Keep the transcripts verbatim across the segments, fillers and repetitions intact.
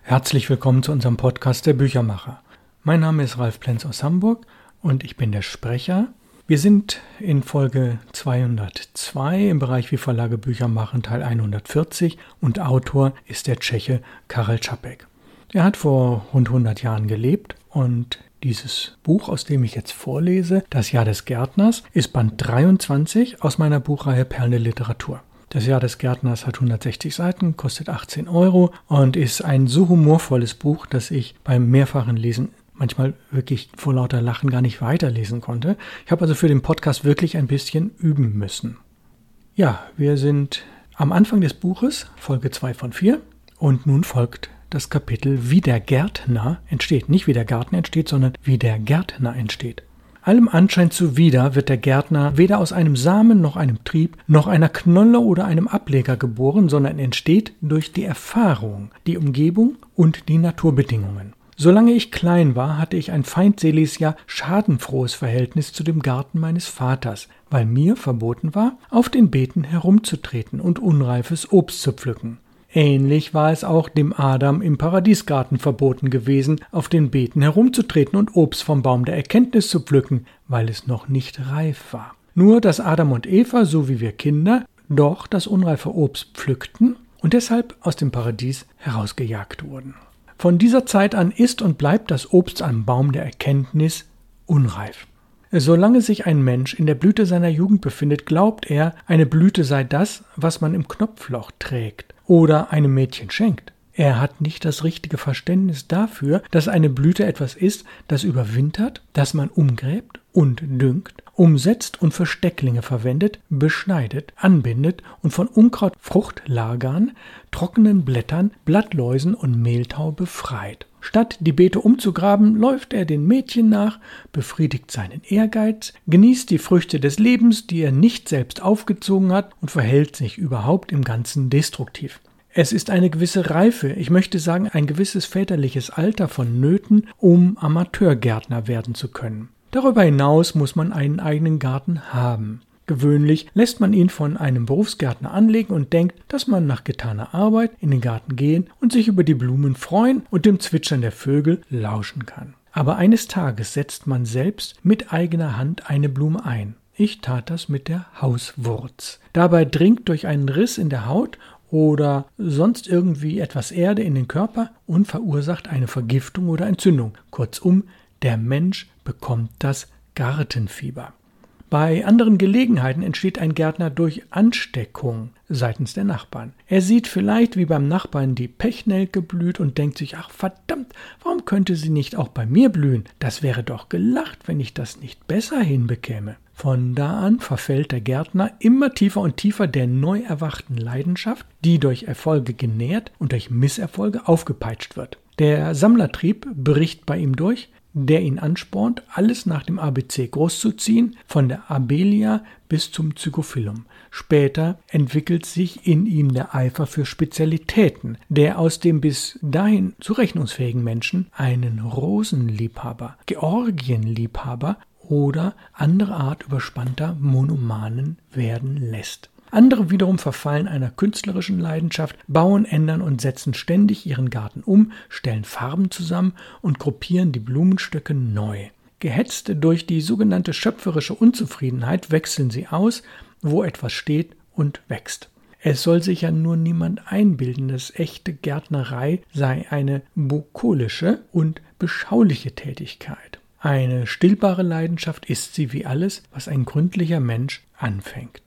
Herzlich willkommen zu unserem Podcast der Büchermacher. Mein Name ist Ralf Plenz aus Hamburg und ich bin der Sprecher. Wir sind in Folge zweihundertzwei im Bereich Wie Verlage Bücher machen, Teil hundertvierzig und Autor ist der Tscheche Karel Čapek. Er hat vor rund hundert Jahren gelebt und dieses Buch, aus dem ich jetzt vorlese, Das Jahr des Gärtners, ist Band dreiundzwanzig aus meiner Buchreihe Perlen der Literatur. Das Jahr des Gärtners hat hundertsechzig Seiten, kostet achtzehn Euro und ist ein so humorvolles Buch, dass ich beim mehrfachen Lesen manchmal wirklich vor lauter Lachen gar nicht weiterlesen konnte. Ich habe also für den Podcast wirklich ein bisschen üben müssen. Ja, wir sind am Anfang des Buches, Folge zwei von vier, und nun folgt das Kapitel Wie der Gärtner entsteht. Nicht wie der Garten entsteht, sondern wie der Gärtner entsteht. Allem Anschein zuwider wird der Gärtner weder aus einem Samen noch einem Trieb noch einer Knolle oder einem Ableger geboren, sondern entsteht durch die Erfahrung, die Umgebung und die Naturbedingungen. Solange ich klein war, hatte ich ein feindseliges, ja schadenfrohes Verhältnis zu dem Garten meines Vaters, weil mir verboten war, auf den Beeten herumzutreten und unreifes Obst zu pflücken. Ähnlich war es auch dem Adam im Paradiesgarten verboten gewesen, auf den Beeten herumzutreten und Obst vom Baum der Erkenntnis zu pflücken, weil es noch nicht reif war. Nur, dass Adam und Eva, so wie wir Kinder, doch das unreife Obst pflückten und deshalb aus dem Paradies herausgejagt wurden. Von dieser Zeit an ist und bleibt das Obst am Baum der Erkenntnis unreif. Solange sich ein Mensch in der Blüte seiner Jugend befindet, glaubt er, eine Blüte sei das, was man im Knopfloch trägt oder einem Mädchen schenkt. Er hat nicht das richtige Verständnis dafür, dass eine Blüte etwas ist, das überwintert, das man umgräbt und düngt, umsetzt und für Stecklinge verwendet, beschneidet, anbindet und von Unkraut, Fruchtlagern, trockenen Blättern, Blattläusen und Mehltau befreit. Statt die Beete umzugraben, läuft er den Mädchen nach, befriedigt seinen Ehrgeiz, genießt die Früchte des Lebens, die er nicht selbst aufgezogen hat und verhält sich überhaupt im Ganzen destruktiv. Es ist eine gewisse Reife, ich möchte sagen ein gewisses väterliches Alter vonnöten, um Amateurgärtner werden zu können. Darüber hinaus muss man einen eigenen Garten haben. Gewöhnlich lässt man ihn von einem Berufsgärtner anlegen und denkt, dass man nach getaner Arbeit in den Garten gehen und sich über die Blumen freuen und dem Zwitschern der Vögel lauschen kann. Aber eines Tages setzt man selbst mit eigener Hand eine Blume ein. Ich tat das mit der Hauswurz. Dabei dringt durch einen Riss in der Haut oder sonst irgendwie etwas Erde in den Körper und verursacht eine Vergiftung oder Entzündung. Kurzum, der Mensch bekommt das Gartenfieber. Bei anderen Gelegenheiten entsteht ein Gärtner durch Ansteckung seitens der Nachbarn. Er sieht vielleicht, wie beim Nachbarn die Pechnelke blüht und denkt sich, ach verdammt, warum könnte sie nicht auch bei mir blühen? Das wäre doch gelacht, wenn ich das nicht besser hinbekäme. Von da an verfällt der Gärtner immer tiefer und tiefer der neu erwachten Leidenschaft, die durch Erfolge genährt und durch Misserfolge aufgepeitscht wird. Der Sammlertrieb bricht bei ihm durch, der ihn anspornt, alles nach dem A B C großzuziehen, von der Abelia bis zum Zygophilum. Später entwickelt sich in ihm der Eifer für Spezialitäten, der aus dem bis dahin zurechnungsfähigen Menschen einen Rosenliebhaber, Georgienliebhaber oder andere Art überspannter Monomanen werden lässt. Andere wiederum verfallen einer künstlerischen Leidenschaft, bauen, ändern und setzen ständig ihren Garten um, stellen Farben zusammen und gruppieren die Blumenstöcke neu. Gehetzt durch die sogenannte schöpferische Unzufriedenheit wechseln sie aus, wo etwas steht und wächst. Es soll sich ja nur niemand einbilden, dass echte Gärtnerei sei eine bukolische und beschauliche Tätigkeit. Eine stillbare Leidenschaft ist sie wie alles, was ein gründlicher Mensch anfängt.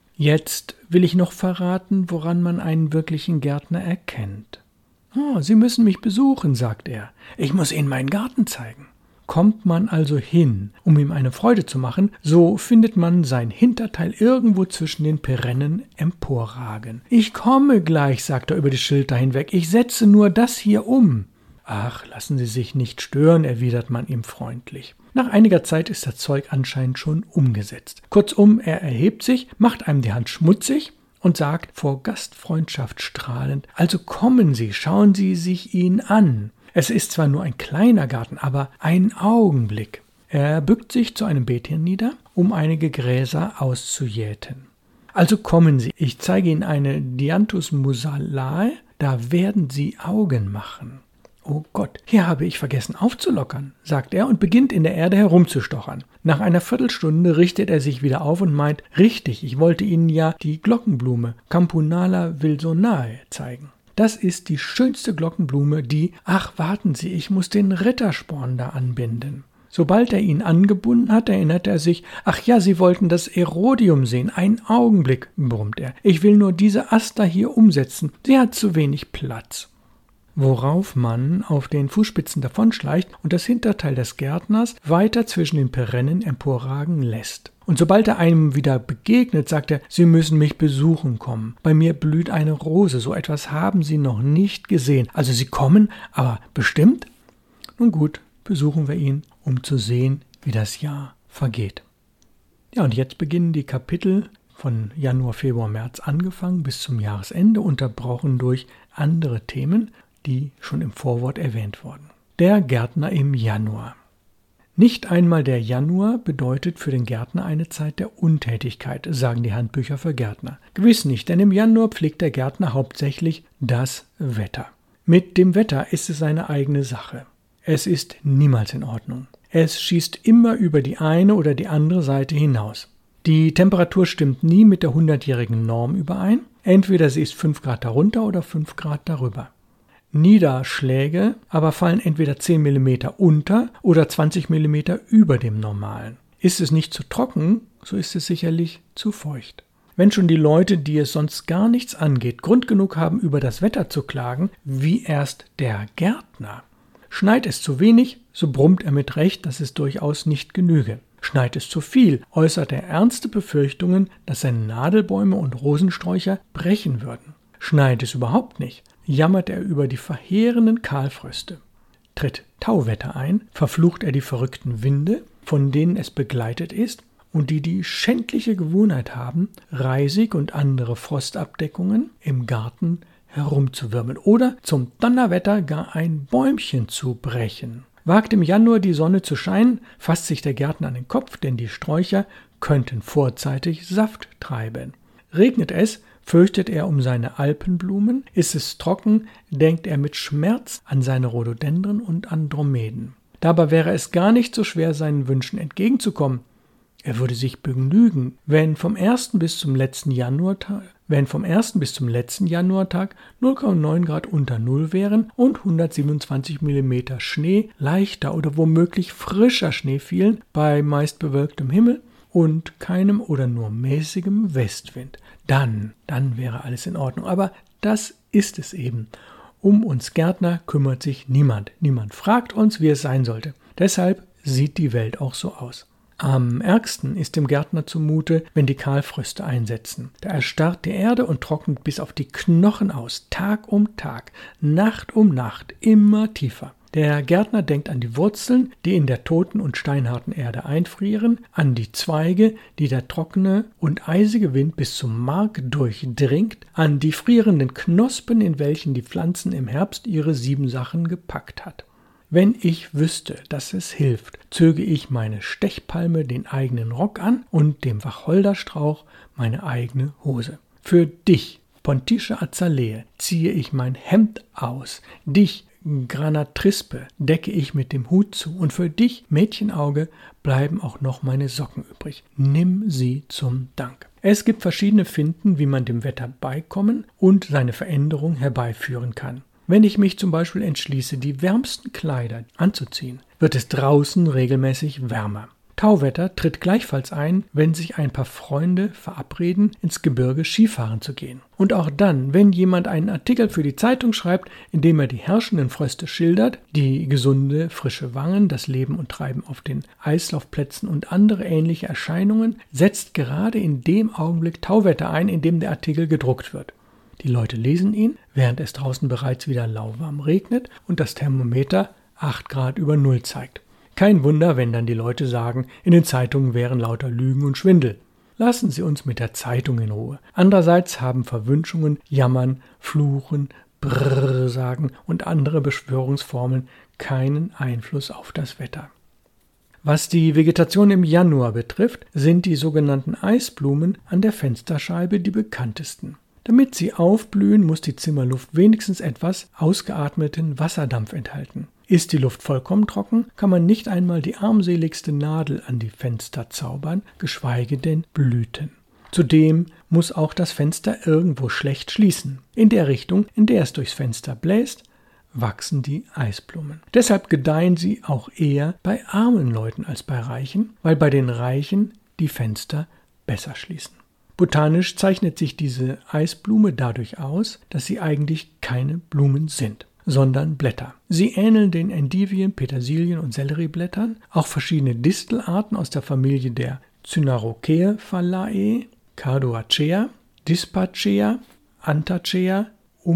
Jetzt will ich noch verraten, woran man einen wirklichen Gärtner erkennt. Oh, Sie müssen mich besuchen, sagt er. Ich muss Ihnen meinen Garten zeigen. Kommt man also hin, um ihm eine Freude zu machen, so findet man sein Hinterteil irgendwo zwischen den Perennen emporragen. Ich komme gleich, sagt er über die Schilder hinweg, ich setze nur das hier um. Ach, lassen Sie sich nicht stören, erwidert man ihm freundlich. Nach einiger Zeit ist das Zeug anscheinend schon umgesetzt. Kurzum, er erhebt sich, macht einem die Hand schmutzig und sagt vor Gastfreundschaft strahlend, also kommen Sie, schauen Sie sich ihn an. Es ist zwar nur ein kleiner Garten, aber ein Augenblick. Er bückt sich zu einem Beet hinnieder, um einige Gräser auszujäten. Also kommen Sie, ich zeige Ihnen eine Dianthus musalae, da werden Sie Augen machen. »Oh Gott, hier habe ich vergessen aufzulockern«, sagt er und beginnt in der Erde herumzustochern. Nach einer Viertelstunde richtet er sich wieder auf und meint, »Richtig, ich wollte Ihnen ja die Glockenblume Campanula wilsonae zeigen. Das ist die schönste Glockenblume, die, ach warten Sie, ich muss den Rittersporn da anbinden.« Sobald er ihn angebunden hat, erinnert er sich, »Ach ja, Sie wollten das Erodium sehen. Einen Augenblick«, brummt er. »Ich will nur diese Aster hier umsetzen. Sie hat zu wenig Platz.« Worauf man auf den Fußspitzen davonschleicht und das Hinterteil des Gärtners weiter zwischen den Perennen emporragen lässt. Und sobald er einem wieder begegnet, sagt er, »Sie müssen mich besuchen kommen. Bei mir blüht eine Rose. So etwas haben Sie noch nicht gesehen. Also Sie kommen, aber bestimmt?« Nun gut, besuchen wir ihn, um zu sehen, wie das Jahr vergeht. Ja, und jetzt beginnen die Kapitel von Januar, Februar, März angefangen bis zum Jahresende, unterbrochen durch andere Themen, die schon im Vorwort erwähnt wurden. Der Gärtner im Januar. Nicht einmal der Januar bedeutet für den Gärtner eine Zeit der Untätigkeit, sagen die Handbücher für Gärtner. Gewiss nicht, denn im Januar pflegt der Gärtner hauptsächlich das Wetter. Mit dem Wetter ist es seine eigene Sache. Es ist niemals in Ordnung. Es schießt immer über die eine oder die andere Seite hinaus. Die Temperatur stimmt nie mit der hundertjährigen Norm überein. Entweder sie ist fünf Grad darunter oder fünf Grad darüber. Niederschläge aber fallen entweder zehn Millimeter unter oder zwanzig Millimeter über dem Normalen. Ist es nicht zu trocken, so ist es sicherlich zu feucht. Wenn schon die Leute, die es sonst gar nichts angeht, Grund genug haben, über das Wetter zu klagen, wie erst der Gärtner. Schneit es zu wenig, so brummt er mit Recht, dass es durchaus nicht genüge. Schneit es zu viel, äußert er ernste Befürchtungen, dass seine Nadelbäume und Rosensträucher brechen würden. Schneit es überhaupt nicht, jammert er über die verheerenden Kahlfröste. Tritt Tauwetter ein, verflucht er die verrückten Winde, von denen es begleitet ist und die die schändliche Gewohnheit haben, Reisig und andere Frostabdeckungen im Garten herumzuwirbeln oder zum Donnerwetter gar ein Bäumchen zu brechen. Wagt im Januar die Sonne zu scheinen, fasst sich der Gärtner an den Kopf, denn die Sträucher könnten vorzeitig Saft treiben. Regnet es, fürchtet er um seine Alpenblumen, ist es trocken, denkt er mit Schmerz an seine Rhododendren und Andromeden. Dabei wäre es gar nicht so schwer, seinen Wünschen entgegenzukommen. Er würde sich begnügen, wenn vom ersten bis zum letzten Januartag, wenn vom ersten bis zum letzten Januartag null Komma neun Grad unter Null wären und hundertsiebenundzwanzig Millimeter Schnee, leichter oder womöglich frischer Schnee fielen, bei meist bewölktem Himmel und keinem oder nur mäßigem Westwind. Dann, dann wäre alles in Ordnung. Aber das ist es eben. Um uns Gärtner kümmert sich niemand. Niemand fragt uns, wie es sein sollte. Deshalb sieht die Welt auch so aus. Am ärgsten ist dem Gärtner zumute, wenn die Kahlfröste einsetzen. Da erstarrt die Erde und trocknet bis auf die Knochen aus, Tag um Tag, Nacht um Nacht, immer tiefer. Der Gärtner denkt an die Wurzeln, die in der toten und steinharten Erde einfrieren, an die Zweige, die der trockene und eisige Wind bis zum Mark durchdringt, an die frierenden Knospen, in welchen die Pflanzen im Herbst ihre Siebensachen gepackt hat. Wenn ich wüsste, dass es hilft, zöge ich meine Stechpalme den eigenen Rock an und dem Wacholderstrauch meine eigene Hose. Für dich, Pontische Azalee, ziehe ich mein Hemd aus, dich, Granatrispe, decke ich mit dem Hut zu und für dich, Mädchenauge, bleiben auch noch meine Socken übrig. Nimm sie zum Dank. Es gibt verschiedene Finten, wie man dem Wetter beikommen und seine Veränderung herbeiführen kann. Wenn ich mich zum Beispiel entschließe, die wärmsten Kleider anzuziehen, wird es draußen regelmäßig wärmer. Tauwetter tritt gleichfalls ein, wenn sich ein paar Freunde verabreden, ins Gebirge Skifahren zu gehen. Und auch dann, wenn jemand einen Artikel für die Zeitung schreibt, in dem er die herrschenden Fröste schildert, die gesunde, frische Wangen, das Leben und Treiben auf den Eislaufplätzen und andere ähnliche Erscheinungen, setzt gerade in dem Augenblick Tauwetter ein, in dem der Artikel gedruckt wird. Die Leute lesen ihn, während es draußen bereits wieder lauwarm regnet und das Thermometer acht Grad über Null zeigt. Kein Wunder, wenn dann die Leute sagen, in den Zeitungen wären lauter Lügen und Schwindel. Lassen Sie uns mit der Zeitung in Ruhe. Andererseits haben Verwünschungen, Jammern, Fluchen, Brrr sagen und andere Beschwörungsformeln keinen Einfluss auf das Wetter. Was die Vegetation im Januar betrifft, sind die sogenannten Eisblumen an der Fensterscheibe die bekanntesten. Damit sie aufblühen, muss die Zimmerluft wenigstens etwas ausgeatmeten Wasserdampf enthalten. Ist die Luft vollkommen trocken, kann man nicht einmal die armseligste Nadel an die Fenster zaubern, geschweige denn Blüten. Zudem muss auch das Fenster irgendwo schlecht schließen. In der Richtung, in der es durchs Fenster bläst, wachsen die Eisblumen. Deshalb gedeihen sie auch eher bei armen Leuten als bei Reichen, weil bei den Reichen die Fenster besser schließen. Botanisch zeichnet sich diese Eisblume dadurch aus, dass sie eigentlich keine Blumen sind, sondern Blätter. Sie ähneln den Endivien, Petersilien und Sellerieblättern. Auch verschiedene Distelarten aus der Familie der Cynarochaephalae, Cardoacea, Dispacea, Antacea,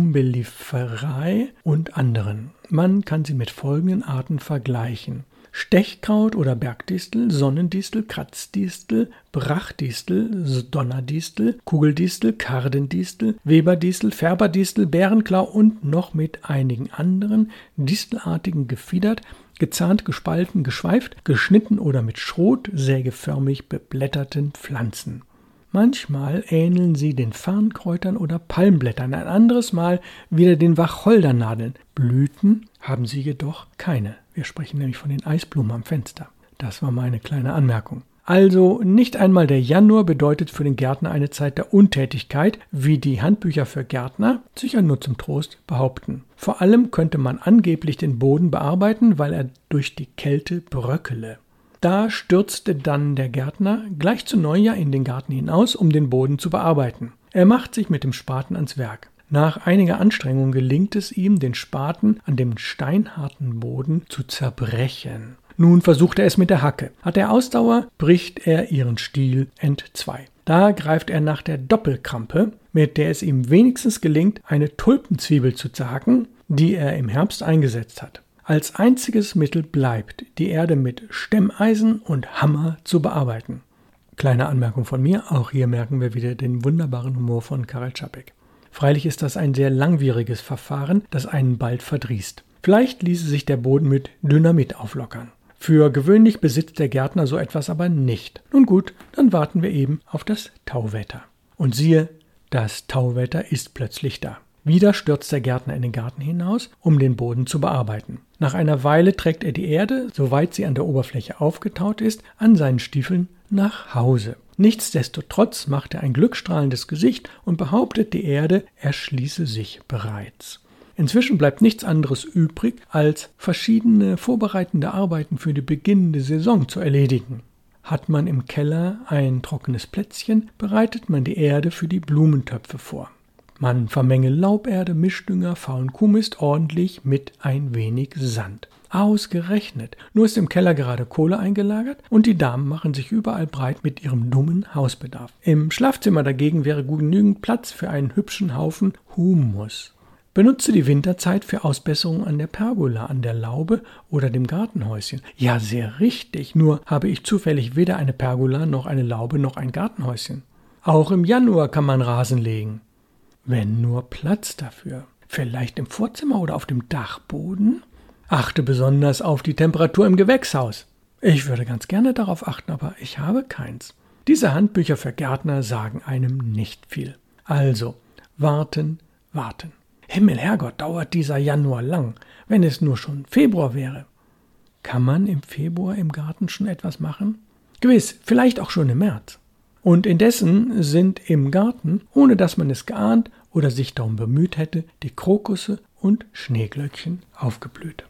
Umbelliferae und anderen. Man kann sie mit folgenden Arten vergleichen: Stechkraut oder Bergdistel, Sonnendistel, Kratzdistel, Brachdistel, Donnerdistel, Kugeldistel, Kardendistel, Weberdistel, Färberdistel, Bärenklau und noch mit einigen anderen distelartigen gefiedert, gezahnt, gespalten, geschweift, geschnitten oder mit schrotsägeförmig beblätterten Pflanzen. Manchmal ähneln sie den Farnkräutern oder Palmblättern, ein anderes Mal wieder den Wacholdernadeln. Blüten haben sie jedoch keine. Wir sprechen nämlich von den Eisblumen am Fenster. Das war meine kleine Anmerkung. Also nicht einmal der Januar bedeutet für den Gärtner eine Zeit der Untätigkeit, wie die Handbücher für Gärtner sicher nur zum Trost behaupten. Vor allem könnte man angeblich den Boden bearbeiten, weil er durch die Kälte bröckele. Da stürzte dann der Gärtner gleich zu Neujahr in den Garten hinaus, um den Boden zu bearbeiten. Er macht sich mit dem Spaten ans Werk. Nach einiger Anstrengung gelingt es ihm, den Spaten an dem steinharten Boden zu zerbrechen. Nun versucht er es mit der Hacke. Hat er Ausdauer, bricht er ihren Stiel entzwei. Da greift er nach der Doppelkrampe, mit der es ihm wenigstens gelingt, eine Tulpenzwiebel zu zerhacken, die er im Herbst eingesetzt hat. Als einziges Mittel bleibt, die Erde mit Stemmeisen und Hammer zu bearbeiten. Kleine Anmerkung von mir, auch hier merken wir wieder den wunderbaren Humor von Karel Čapek. Freilich ist das ein sehr langwieriges Verfahren, das einen bald verdrießt. Vielleicht ließe sich der Boden mit Dynamit auflockern. Für gewöhnlich besitzt der Gärtner so etwas aber nicht. Nun gut, dann warten wir eben auf das Tauwetter. Und siehe, das Tauwetter ist plötzlich da. Wieder stürzt der Gärtner in den Garten hinaus, um den Boden zu bearbeiten. Nach einer Weile trägt er die Erde, soweit sie an der Oberfläche aufgetaut ist, an seinen Stiefeln nach Hause. Nichtsdestotrotz macht er ein glückstrahlendes Gesicht und behauptet, die Erde erschließe sich bereits. Inzwischen bleibt nichts anderes übrig, als verschiedene vorbereitende Arbeiten für die beginnende Saison zu erledigen. Hat man im Keller ein trockenes Plätzchen, bereitet man die Erde für die Blumentöpfe vor. Man vermenge Lauberde, Mischdünger, faulen Kuhmist ordentlich mit ein wenig Sand. Ausgerechnet. Nur ist im Keller gerade Kohle eingelagert und die Damen machen sich überall breit mit ihrem dummen Hausbedarf. Im Schlafzimmer dagegen wäre genügend Platz für einen hübschen Haufen Humus. Benutze die Winterzeit für Ausbesserungen an der Pergola, an der Laube oder dem Gartenhäuschen. Ja, sehr richtig, nur habe ich zufällig weder eine Pergola noch eine Laube noch ein Gartenhäuschen. Auch im Januar kann man Rasen legen. Wenn nur Platz dafür. Vielleicht im Vorzimmer oder auf dem Dachboden? Achte besonders auf die Temperatur im Gewächshaus. Ich würde ganz gerne darauf achten, aber ich habe keins. Diese Handbücher für Gärtner sagen einem nicht viel. Also, warten, warten. Himmel, Herrgott, dauert dieser Januar lang, wenn es nur schon Februar wäre. Kann man im Februar im Garten schon etwas machen? Gewiss, vielleicht auch schon im März. Und indessen sind im Garten, ohne dass man es geahnt oder sich darum bemüht hätte, die Krokusse und Schneeglöckchen aufgeblüht.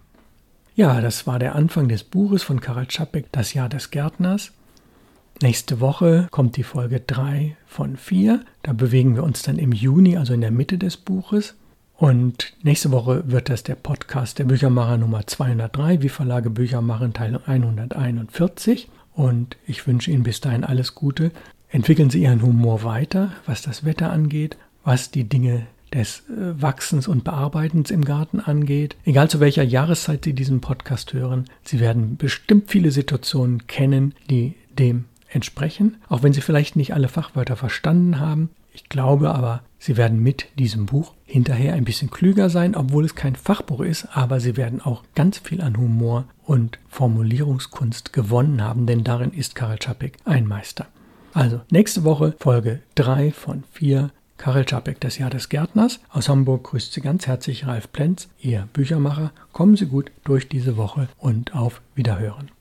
Ja, das war der Anfang des Buches von Karel Čapek, Das Jahr des Gärtners. Nächste Woche kommt die Folge drei von vier. Da bewegen wir uns dann im Juni, also in der Mitte des Buches. Und nächste Woche wird das der Podcast der Büchermacher Nummer zweihundertdrei, wie Verlage Bücher machen, Teil hunderteinundvierzig. Und ich wünsche Ihnen bis dahin alles Gute. Entwickeln Sie Ihren Humor weiter, was das Wetter angeht, was die Dinge des äh, Wachsens und Bearbeitens im Garten angeht. Egal zu welcher Jahreszeit Sie diesen Podcast hören, Sie werden bestimmt viele Situationen kennen, die dem entsprechen, auch wenn Sie vielleicht nicht alle Fachwörter verstanden haben. Ich glaube aber, Sie werden mit diesem Buch hinterher ein bisschen klüger sein, obwohl es kein Fachbuch ist, aber Sie werden auch ganz viel an Humor und Formulierungskunst gewonnen haben, denn darin ist Karel Čapek ein Meister. Also nächste Woche Folge drei von vier. Karel Čapek, das Jahr des Gärtners. Aus Hamburg grüßt Sie ganz herzlich Ralf Plenz, Ihr Büchermacher. Kommen Sie gut durch diese Woche und auf Wiederhören.